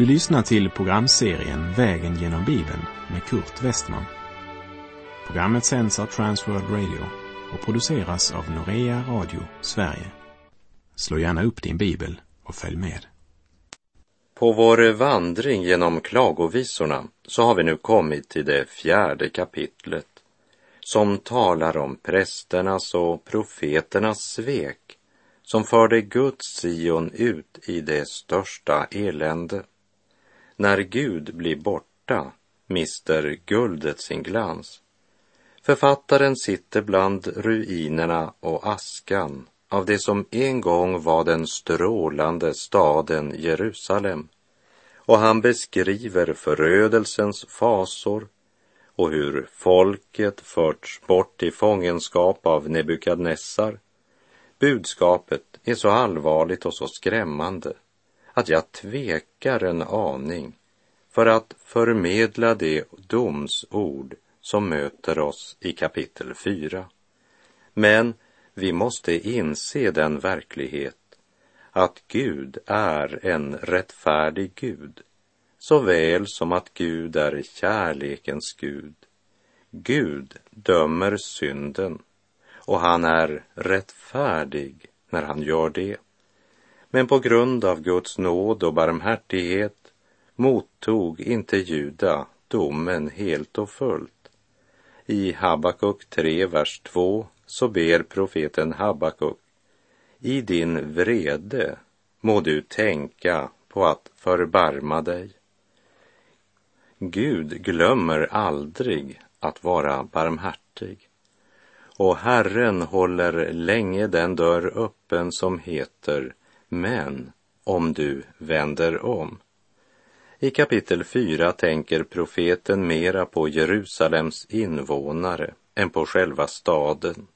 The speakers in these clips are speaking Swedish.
Du lyssnar till programserien Vägen genom Bibeln med Kurt Westman. Programmet sänds av Transworld Radio och produceras av Norea Radio Sverige. Slå gärna upp din bibel och följ med. På vår vandring genom klagovisorna så har vi nu kommit till det 4:e kapitlet som talar om prästernas och profeternas svek som förde Guds Sion ut i det största elände. När Gud blir borta mister guldet sin glans. Författaren sitter bland ruinerna och askan av det som en gång var den strålande staden Jerusalem, och han beskriver förödelsens fasor och hur folket förts bort i fångenskap av Nebukadnessar. Budskapet är så allvarligt och så skrämmande att jag tvekar en aning för att förmedla det domsord som möter oss i kapitel 4. Men vi måste inse den verklighet att Gud är en rättfärdig Gud, såväl som att Gud är kärlekens Gud. Gud dömer synden och han är rättfärdig när han gör det. Men på grund av Guds nåd och barmhärtighet mottog inte Juda domen helt och fullt. I Habakuk 3, vers 2 så ber profeten Habakuk: i din vrede må du tänka på att förbarma dig. Gud glömmer aldrig att vara barmhärtig. Och Herren håller länge den dörr öppen som heter: men om du vänder om. I kapitel 4 tänker profeten mera på Jerusalems invånare än på själva staden.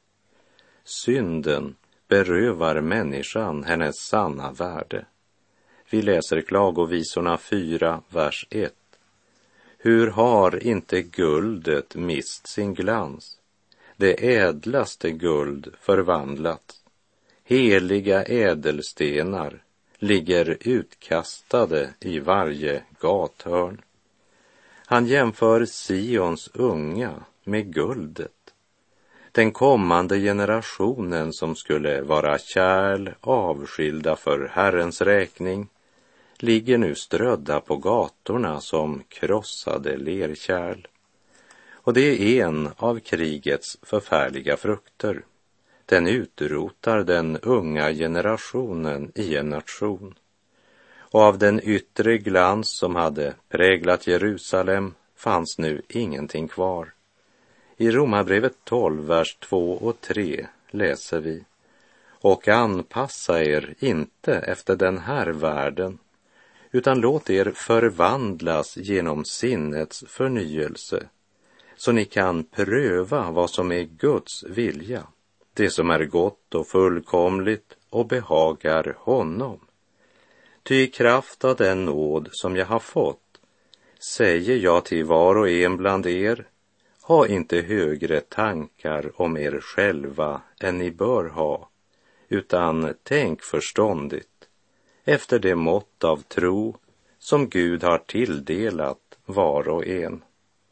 Synden berövar människan hennes sanna värde. Vi läser klagovisorna 4, vers 1. Hur har inte guldet mist sin glans? Det ädlaste guld förvandlats. Heliga ädelstenar ligger utkastade i varje gathörn. Han jämför Sions unga med guldet. Den kommande generationen som skulle vara kärl avskilda för Herrens räkning ligger nu strödda på gatorna som krossade lerkärl. Och det är en av krigets förfärliga frukter. Den utrotar den unga generationen i en nation. Och av den yttre glans som hade präglat Jerusalem fanns nu ingenting kvar. I Romarbrevet 12, vers 2 och 3 läser vi: och anpassa er inte efter den här världen, utan låt er förvandlas genom sinnets förnyelse, så ni kan pröva vad som är Guds vilja, det som är gott och fullkomligt och behagar honom. Ty i kraft av den nåd som jag har fått säger jag till var och en bland er: ha inte högre tankar om er själva än ni bör ha, utan tänk förståndigt efter det mått av tro som Gud har tilldelat var och en.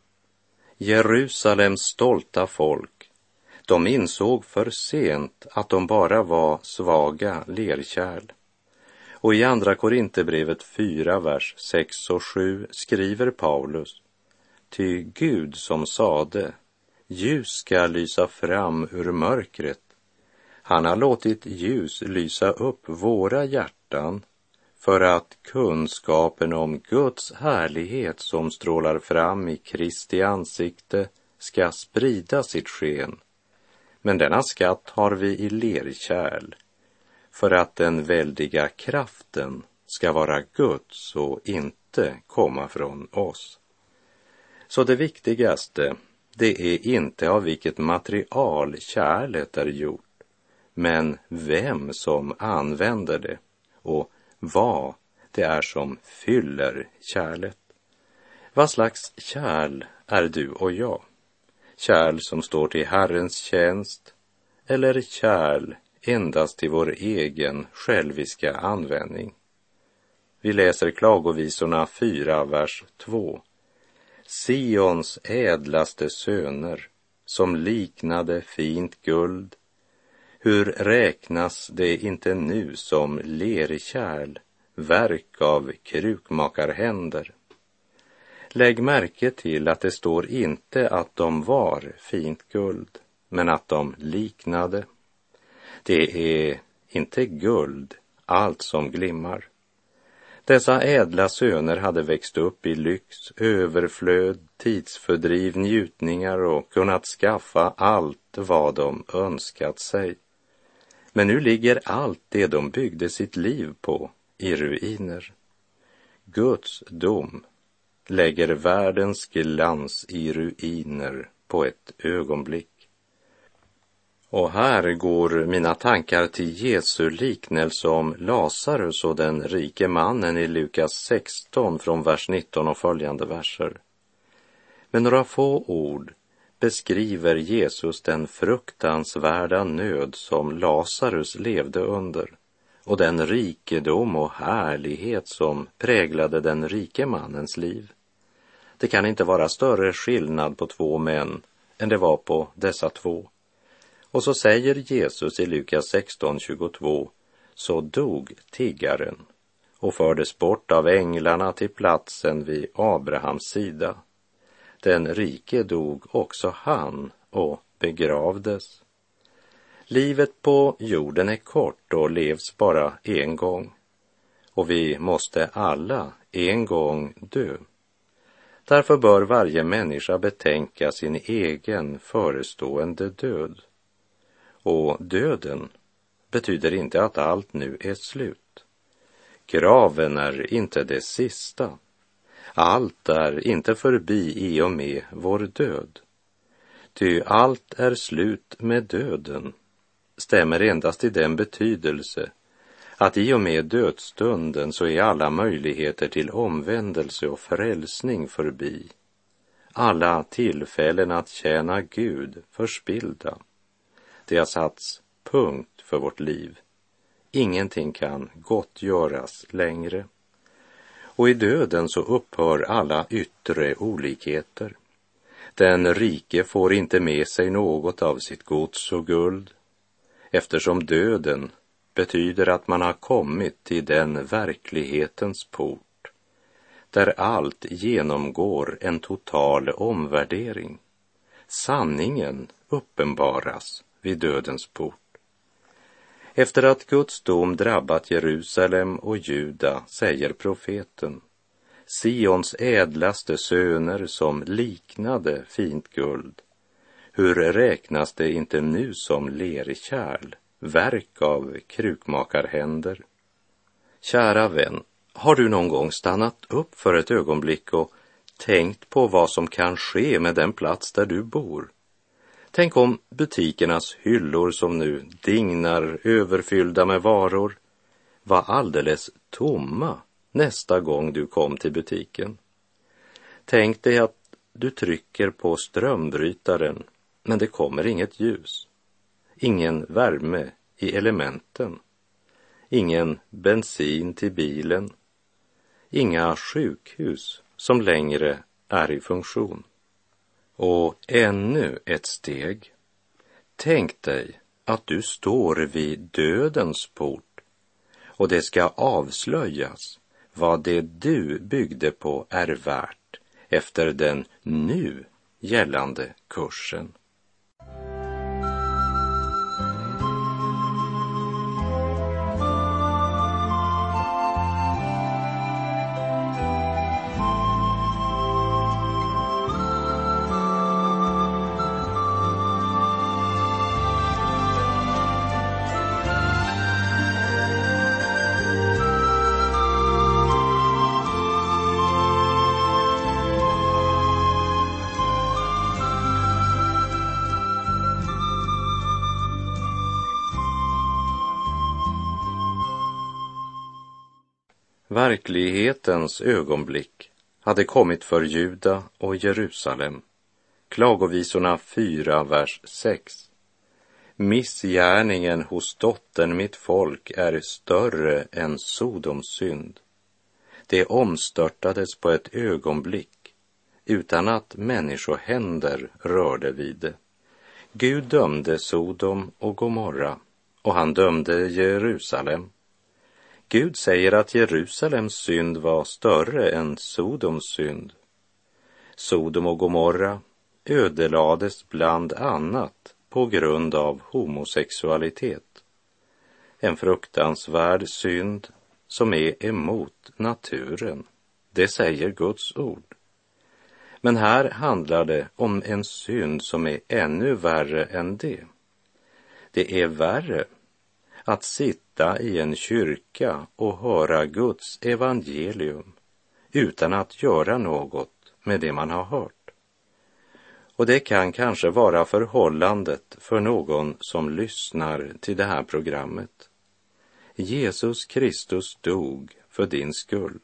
Jerusalems stolta folk, de insåg för sent att de bara var svaga lerkärl. Och i andra Korinthierbrevet 4, vers 6 och 7 skriver Paulus: ty Gud som sade, ljus ska lysa fram ur mörkret, han har låtit ljus lysa upp våra hjärtan för att kunskapen om Guds härlighet som strålar fram i Kristi ansikte ska sprida sitt sken. Men denna skatt har vi i lerkärl, för att den väldiga kraften ska vara Guds och inte komma från oss. Så det viktigaste, det är inte av vilket material kärlet är gjort, men vem som använder det och vad det är som fyller kärlet. Vad slags kärl är du och jag? Kärl som står till Herrens tjänst, eller kärl endast till vår egen själviska användning? Vi läser Klagovisorna 4, vers 2. Sions ädlaste söner, som liknade fint guld, hur räknas det inte nu som lerkärl, verk av krukmakarhänder? Lägg märke till att det står inte att de var fint guld, men att de liknade. Det är inte guld, allt som glimmar. Dessa ädla söner hade växt upp i lyx, överflöd, tidsfördriv, njutningar och kunnat skaffa allt vad de önskat sig. Men nu ligger allt det de byggde sitt liv på i ruiner. Guds dom lägger världens glans i ruiner på ett ögonblick. Och här går mina tankar till Jesu liknelse om Lazarus och den rike mannen i Lukas 16 från vers 19 och följande verser. Med några få ord beskriver Jesus den fruktansvärda nöd som Lazarus levde under och den rikedom och härlighet som präglade den rike mannens liv. Det kan inte vara större skillnad på två män än det var på dessa två. Och så säger Jesus i Lukas 16:22, så dog tiggaren och fördes bort av änglarna till platsen vid Abrahams sida. Den rike dog också han och begravdes. Livet på jorden är kort och levs bara en gång. Och vi måste alla en gång dö. Därför bör varje människa betänka sin egen förestående död. Och döden betyder inte att allt nu är slut. Graven är inte det sista. Allt är inte förbi i och med vår död. Ty allt är slut med döden stämmer endast i den betydelse att i och med dödsstunden så är alla möjligheter till omvändelse och frälsning förbi. Alla tillfällen att tjäna Gud förspillda. Det har satts punkt för vårt liv. Ingenting kan gottgöras längre. Och i döden så upphör alla yttre olikheter. Den rike får inte med sig något av sitt gods och guld, eftersom döden betyder att man har kommit till den verklighetens port, där allt genomgår en total omvärdering. Sanningen uppenbaras vid dödens port. Efter att Guds dom drabbat Jerusalem och Juda säger profeten, Sions ädlaste söner som liknade fint guld, hur räknas det inte nu som lerkärl, verk av krukmakarhänder? Kära vän, har du någon gång stannat upp för ett ögonblick och tänkt på vad som kan ske med den plats där du bor? Tänk om butikernas hyllor som nu dignar överfyllda med varor var alldeles tomma nästa gång du kom till butiken. Tänk dig att du trycker på strömbrytaren, men det kommer inget ljus, ingen värme i elementen, ingen bensin till bilen, inga sjukhus som längre är i funktion. Och ännu ett steg. Tänk dig att du står vid dödens port och det ska avslöjas vad det du byggde på är värt efter den nu gällande kursen. Verklighetens ögonblick hade kommit för Juda och Jerusalem. Klagovisorna 4, vers 6. Missgärningen hos dottern mitt folk är större än Sodoms synd. Det omstörtades på ett ögonblick utan att människohänder rörde vid det. Gud dömde Sodom och Gomorra och han dömde Jerusalem. Gud säger att Jerusalems synd var större än Sodoms synd. Sodom och Gomorra ödelades bland annat på grund av homosexualitet. En fruktansvärd synd som är emot naturen. Det säger Guds ord. Men här handlar det om en synd som är ännu värre än det. Det är värre att sitta i en kyrka och höra Guds evangelium utan att göra något med det man har hört. Och det kan kanske vara förhållandet för någon som lyssnar till det här programmet. Jesus Kristus dog för din skull.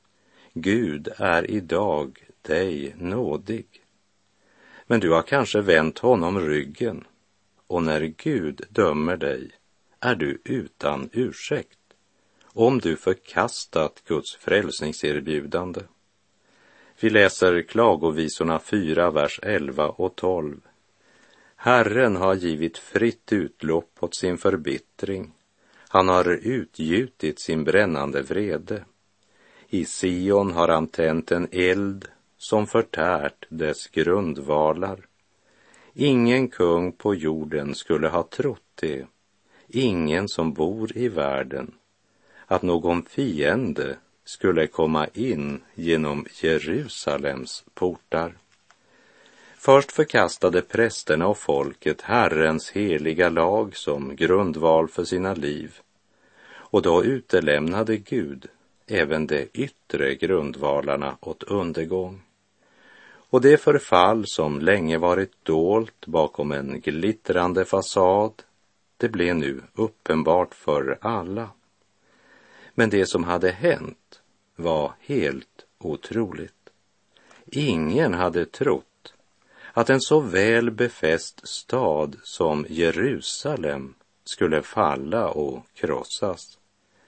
Gud är idag dig nådig. Men du har kanske vänt honom ryggen, och när Gud dömer dig är du utan ursäkt om du förkastat Guds frälsningserbjudande. Vi läser Klagovisorna 4, vers 11 och 12. Herren har givit fritt utlopp åt sin förbittring. Han har utgjutit sin brännande vrede. I Sion har han tänt en eld som förtärt dess grundvalar. Ingen kung på jorden skulle ha trott det, ingen som bor i världen, att någon fiende skulle komma in genom Jerusalems portar. Först förkastade prästerna och folket Herrens heliga lag som grundval för sina liv, och då utelämnade Gud även de yttre grundvalarna åt undergång. Och det förfall som länge varit dolt bakom en glittrande fasad, det blev nu uppenbart för alla. Men det som hade hänt var helt otroligt. Ingen hade trott att en så väl befäst stad som Jerusalem skulle falla och krossas.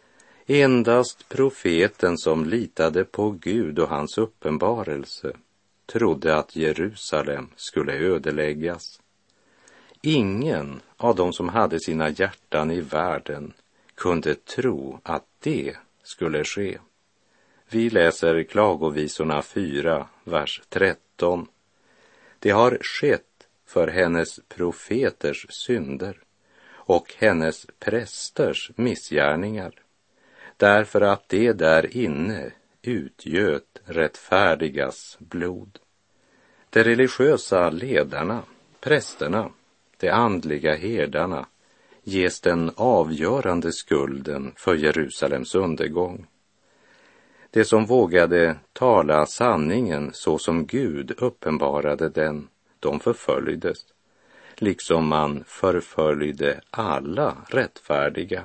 Endast profeten som litade på Gud och hans uppenbarelse trodde att Jerusalem skulle ödeläggas. Ingen av dem som hade sina hjärtan i världen kunde tro att det skulle ske. Vi läser Klagovisorna 4, vers 13. Det har skett för hennes profeters synder och hennes prästers missgärningar, därför att det där inne utgöt rättfärdigas blod. De religiösa ledarna, prästerna, de andliga herdarna, ges den avgörande skulden för Jerusalems undergång. De som vågade tala sanningen så som Gud uppenbarade den, de förföljdes, liksom man förföljde alla rättfärdiga.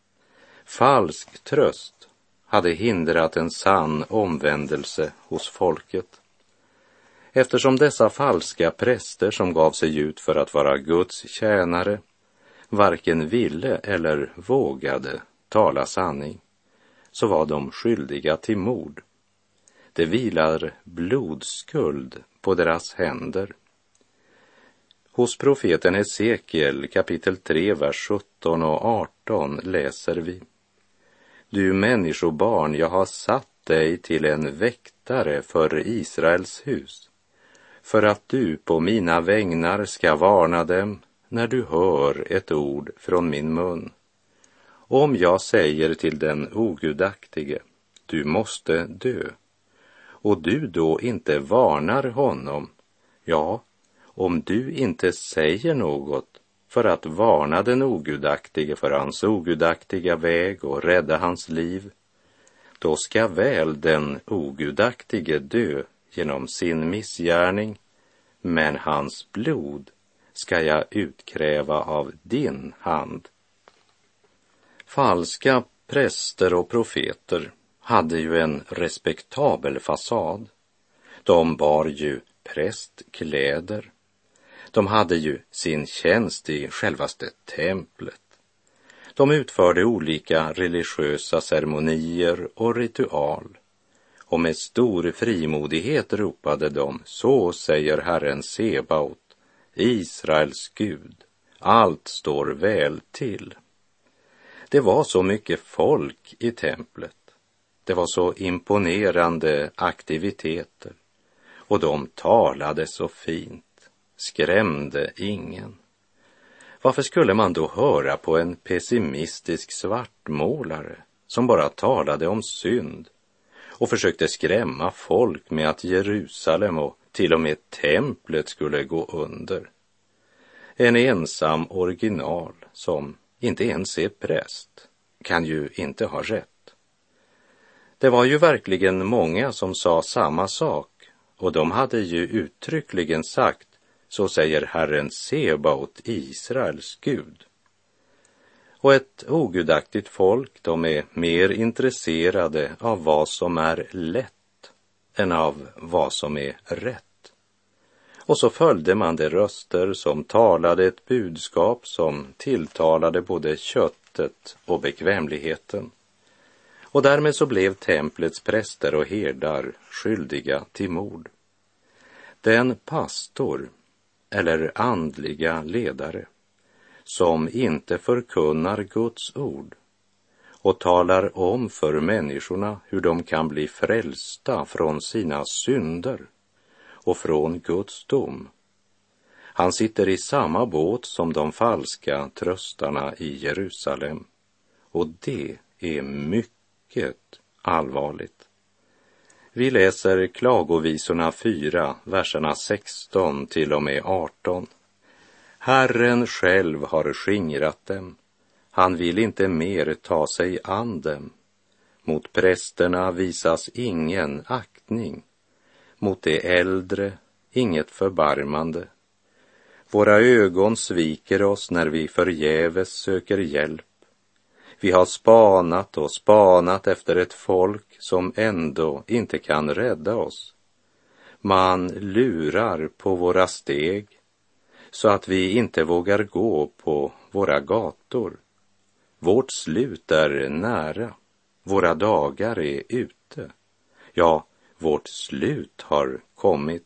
Falsk tröst hade hindrat en sann omvändelse hos folket. Eftersom dessa falska präster som gav sig ut för att vara Guds tjänare varken ville eller vågade tala sanning, så var de skyldiga till mord. Det vilar blodskuld på deras händer. Hos profeten Hesekiel kapitel 3, vers 17 och 18 läser vi: Du människobarn, jag har satt dig till en väktare för Israels hus, för att du på mina vägnar ska varna dem när du hör ett ord från min mun. Om jag säger till den ogudaktige, du måste dö, och du då inte varnar honom, ja, om du inte säger något för att varna den ogudaktige för hans ogudaktiga väg och rädda hans liv, då ska väl den ogudaktige dö genom sin missgärning, men hans blod ska jag utkräva av din hand. Falska präster och profeter hade ju en respektabel fasad. De bar ju prästkläder. De hade ju sin tjänst i självaste templet. De utförde olika religiösa ceremonier och ritual och med stor frimodighet ropade de: så säger Herren Sebaot, Israels Gud, allt står väl till. Det var så mycket folk i templet. Det var så imponerande aktiviteter. Och de talade så fint, skrämde ingen. Varför skulle man då höra på en pessimistisk svartmålare som bara talade om synd och försökte skrämma folk med att Jerusalem och till och med templet skulle gå under? En ensam original som inte ens är präst kan ju inte ha rätt. Det var ju verkligen många som sa samma sak, och de hade ju uttryckligen sagt: så säger Herren Sebaot, Israels Gud. Och ett ogudaktigt folk, de är mer intresserade av vad som är lätt än av vad som är rätt. Och så följde man de röster som talade ett budskap som tilltalade både köttet och bekvämligheten. Och därmed så blev templets präster och herdar skyldiga till mord. Den pastor eller andliga ledare som inte förkunnar Guds ord och talar om för människorna hur de kan bli frälsta från sina synder och från Guds dom, han sitter i samma båt som de falska tröstarna i Jerusalem. Och det är mycket allvarligt. Vi läser Klagovisorna 4, verserna 16 till och med 18. Herren själv har skingrat dem. Han vill inte mer ta sig an dem. Mot prästerna visas ingen aktning. Mot de äldre inget förbarmande. Våra ögon sviker oss när vi förgäves söker hjälp. Vi har spanat och spanat efter ett folk som ändå inte kan rädda oss. Man lurar på våra steg så att vi inte vågar gå på våra gator. Vårt slut är nära. Våra dagar är ute. Ja, vårt slut har kommit.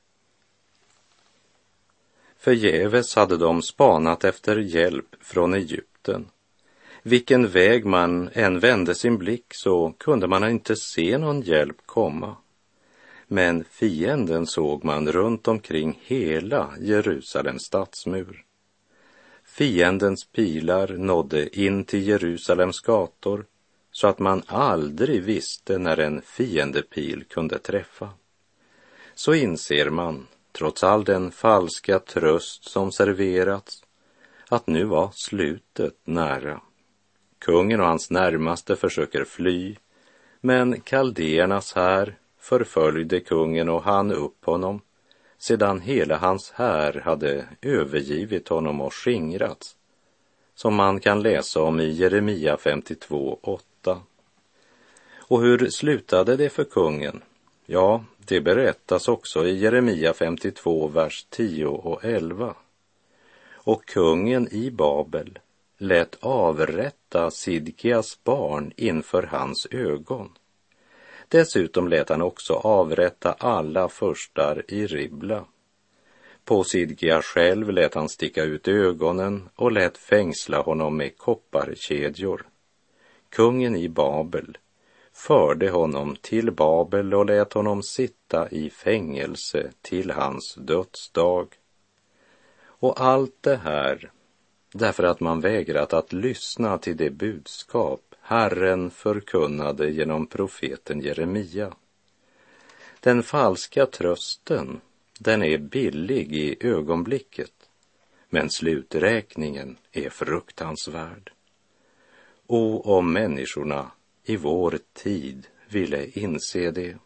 Förgäves hade de spanat efter hjälp från Egypten. Vilken väg man än vände sin blick så kunde man inte se någon hjälp komma. Men fienden såg man runt omkring hela Jerusalems stadsmur. Fiendens pilar nådde in till Jerusalems gator så att man aldrig visste när en fiendepil kunde träffa. Så inser man, trots all den falska tröst som serverats, att nu var slutet nära. Kungen och hans närmaste försöker fly, men kaldeernas här förföljde kungen och han upp honom, sedan hela hans här hade övergivit honom och skingrats, som man kan läsa om i Jeremia 52:8. Och hur slutade det för kungen? Ja, det berättas också i Jeremia 52, vers 10 och 11. Och kungen i Babel lät avrätta Sidkias barn inför hans ögon. Dessutom lät han också avrätta alla furstar i Ribla. På Sidkia själv lät han sticka ut ögonen och lät fängsla honom med kopparkedjor. Kungen i Babel förde honom till Babel och lät honom sitta i fängelse till hans dödsdag. Och allt det här därför att man vägrat att lyssna till det budskap Herren förkunnade genom profeten Jeremia. Den falska trösten, den är billig i ögonblicket, men sluträkningen är fruktansvärd. Och om människorna i vår tid ville inse det.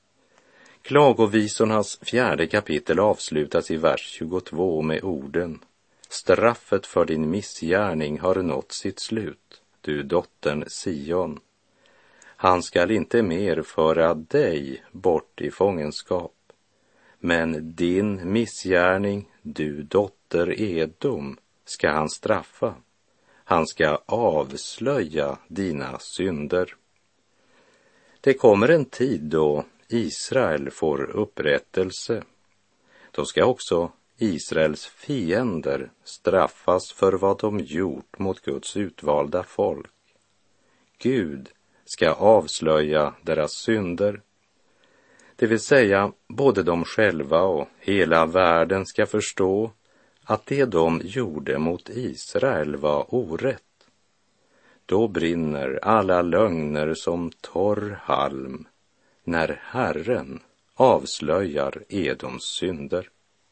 Klagovisornas 4:e kapitel avslutas i vers 22 med orden: straffet för din missgärning har nått sitt slut, du dottern Sion. Han skall inte mer föra dig bort i fångenskap, men din missgärning, du dotter Edom, ska han straffa. Han ska avslöja dina synder. Det kommer en tid då Israel får upprättelse. Då ska också Israels fiender straffas för vad de gjort mot Guds utvalda folk. Gud ska avslöja deras synder. Det vill säga, både de själva och hela världen ska förstå att det de gjorde mot Israel var orätt. Då brinner alla lögner som torr halm när Herren avslöjar Edoms synder.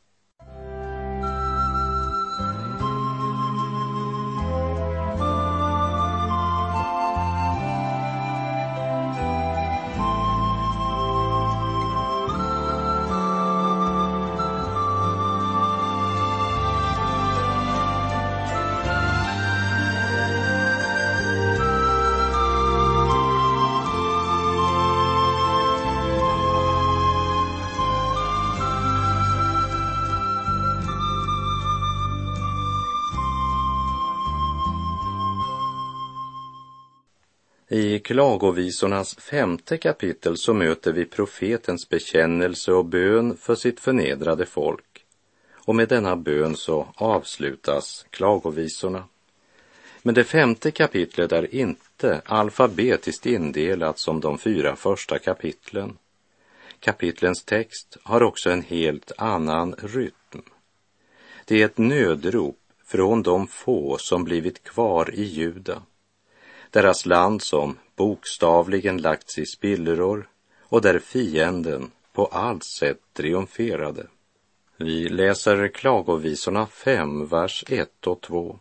I Klagovisornas 5:e kapitel så möter vi profetens bekännelse och bön för sitt förnedrade folk. Och med denna bön så avslutas Klagovisorna. Men det 5:e kapitlet är inte alfabetiskt indelat som de 4 första kapitlen. Kapitlens text har också en helt annan rytm. Det är ett nödrop från de få som blivit kvar i Juda. Deras land som bokstavligen lagts i spillror och där fienden på allt sätt triumferade. Vi läser Klagovisorna 5, vers 1 och 2.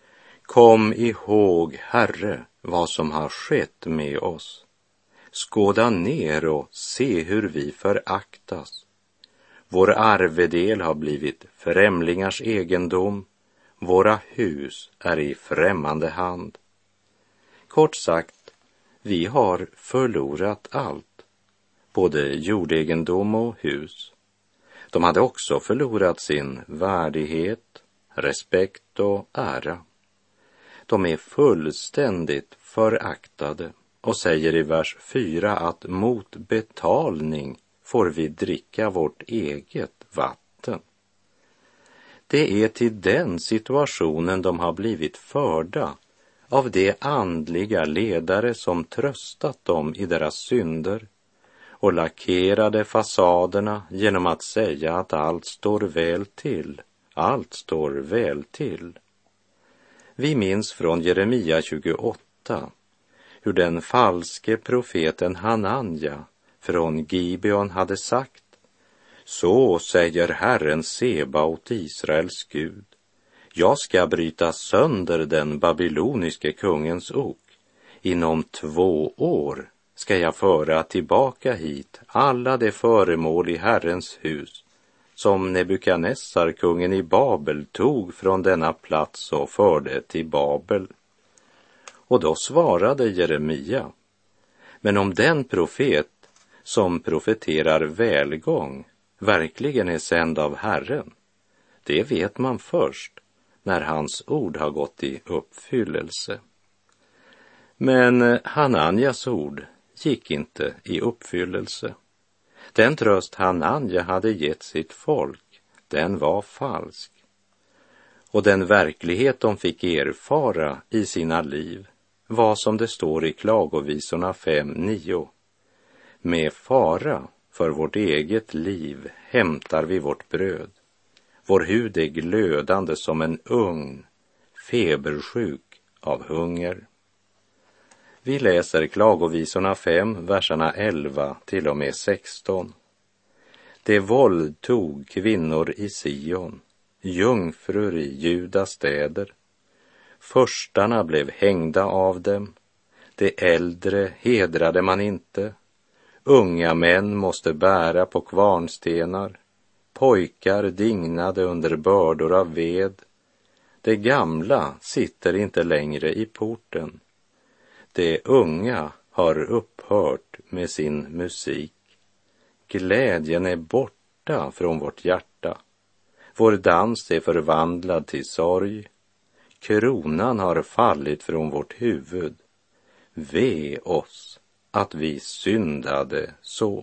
Kom ihåg, Herre, vad som har skett med oss. Skåda ner och se hur vi föraktas. Vår arvedel har blivit främlingars egendom. Våra hus är i främmande hand. Kort sagt, vi har förlorat allt, både jordegendom och hus. De hade också förlorat sin värdighet, respekt och ära. De är fullständigt föraktade och säger i vers 4 att mot betalning får vi dricka vårt eget vatten. Det är till den situationen de har blivit förda av de andliga ledare som tröstat dem i deras synder och lackerade fasaderna genom att säga att allt står väl till, allt står väl till. Vi minns från Jeremia 28 hur den falske profeten Hananja från Gibeon hade sagt: Så säger Herren Sebaot, Israels Gud, jag ska bryta sönder den babyloniske kungens ok. Inom 2 år ska jag föra tillbaka hit alla de föremål i Herrens hus som Nebukadnessar, kungen i Babel, tog från denna plats och förde till Babel. Och då svarade Jeremia: men om den profet som profeterar välgång verkligen är sänd av Herren, det vet man först när hans ord har gått i uppfyllelse. Men Hananjas ord gick inte i uppfyllelse. Den tröst Hananja hade gett sitt folk, den var falsk. Och den verklighet de fick erfara i sina liv var som det står i Klagovisorna 5:9. Med fara för vårt eget liv hämtar vi vårt bröd. Vår hud är glödande som en ugn, febersjuk av hunger. Vi läser Klagovisorna 5, verserna 11 till och med 16. Det våldtog kvinnor i Sion, jungfrur i Judas städer. Förstarna blev hängda av dem, de äldre hedrade man inte. Unga män måste bära på kvarnstenar, pojkar dignade under bördor av ved. De gamla sitter inte längre i porten. De unga har upphört med sin musik. Glädjen är borta från vårt hjärta. Vår dans är förvandlad till sorg. Kronan har fallit från vårt huvud. Ve oss, att vi syndade så.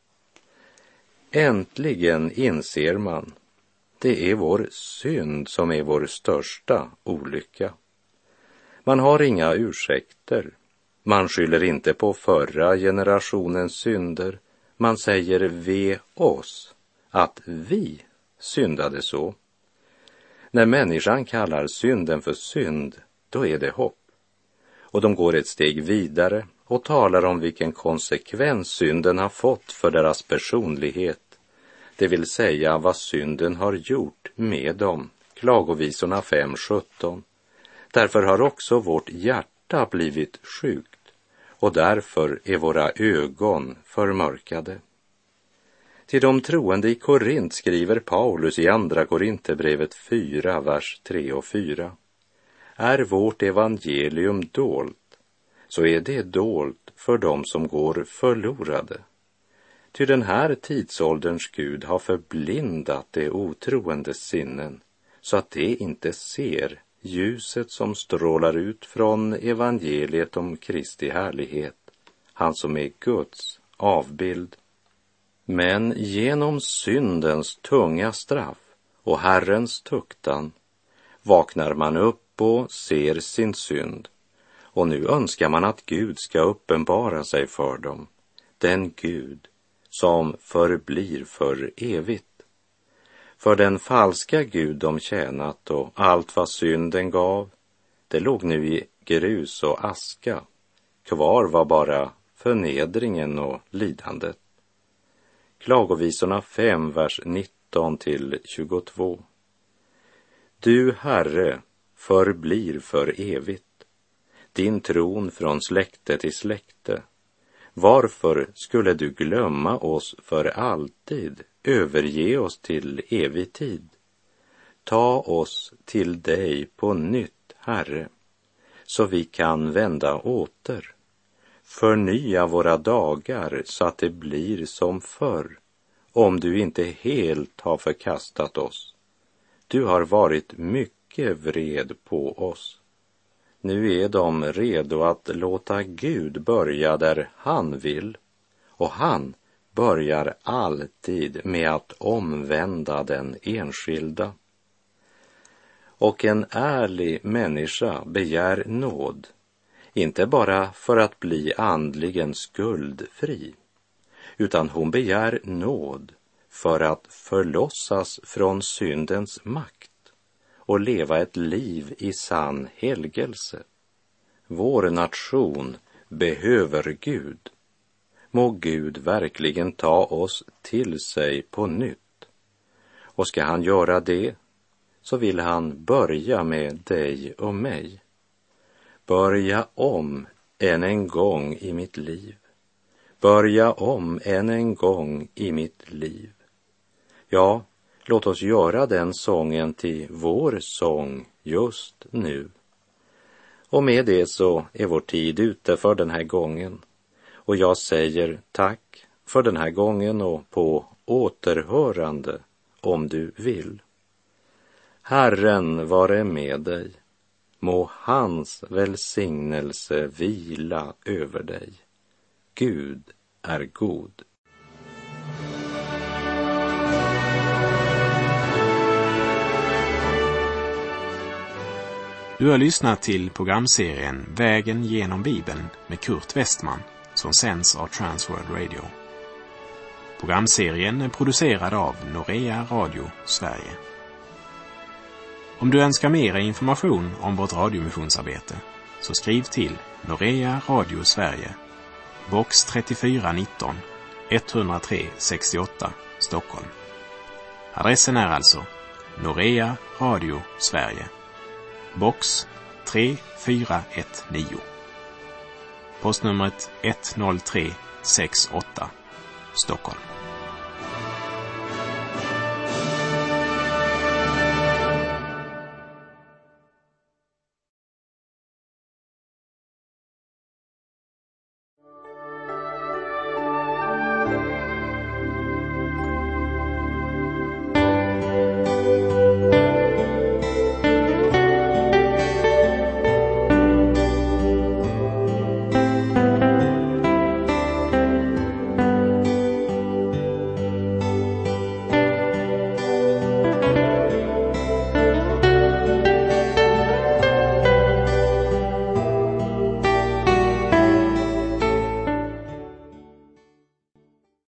Äntligen inser man, det är vår synd som är vår största olycka. Man har inga ursäkter. Man skyller inte på förra generationens synder. Man säger ve oss att vi syndade så. När människan kallar synden för synd, då är det hopp. Och de går ett steg vidare och talar om vilken konsekvens synden har fått för deras personlighet. Det vill säga vad synden har gjort med dem. Klagovisorna 5:17. Därför har också vårt hjärta blivit sjukt och därför är våra ögon förmörkade. Till de troende i Korint skriver Paulus i andra Korinthierbrevet 4, vers 3 och 4. Är vårt evangelium dolt, så är det dolt för dem som går förlorade. Ty den här tidsålderns Gud har förblindat det otroendes sinnen, så att de inte ser ljuset som strålar ut från evangeliet om Kristi härlighet, han som är Guds avbild. Men genom syndens tunga straff och Herrens tuktan vaknar man upp och ser sin synd, och nu önskar man att Gud ska uppenbara sig för dem, den Gud som förblir för evigt. För den falska Gud de tjänat och allt vad synden gav, det låg nu i grus och aska. Kvar var bara förnedringen och lidandet. Klagovisorna 5, vers 19 till 22. Du, Herre, förblir för evigt, din tron från släkte till släkte. Varför skulle du glömma oss för alltid, överge oss till evig tid? Ta oss till dig på nytt, Herre, så vi kan vända åter. Förnya våra dagar så att det blir som förr, om du inte helt har förkastat oss. Du har varit mycket vred på oss. Nu är de redo att låta Gud börja där han vill, och han börjar alltid med att omvända den enskilda. Och en ärlig människa begär nåd, inte bara för att bli andligen skuldfri, utan hon begär nåd för att förlossas från syndens makt och leva ett liv i sann helgelse. Vår nation behöver Gud. Må Gud verkligen ta oss till sig på nytt. Och ska han göra det, så vill han börja med dig och mig. Börja om än en gång i mitt liv. Börja om än en gång i mitt liv. Ja, låt oss göra den sången till vår sång just nu. Och med det så är vår tid ute för den här gången. Och jag säger tack för den här gången och på återhörande om du vill. Herren vare med dig. Må hans välsignelse vila över dig. Gud är god. Du har lyssnat till programserien Vägen genom Bibeln med Kurt Westman som sänds av Transworld Radio. Programserien är producerad av Norea Radio Sverige. Om du önskar mer information om vårt radiomissionsarbete så skriv till Norea Radio Sverige, box 3419 103 68 Stockholm. Adressen är alltså Norea Radio Sverige, box 3419. Postnumret 10368 Stockholm.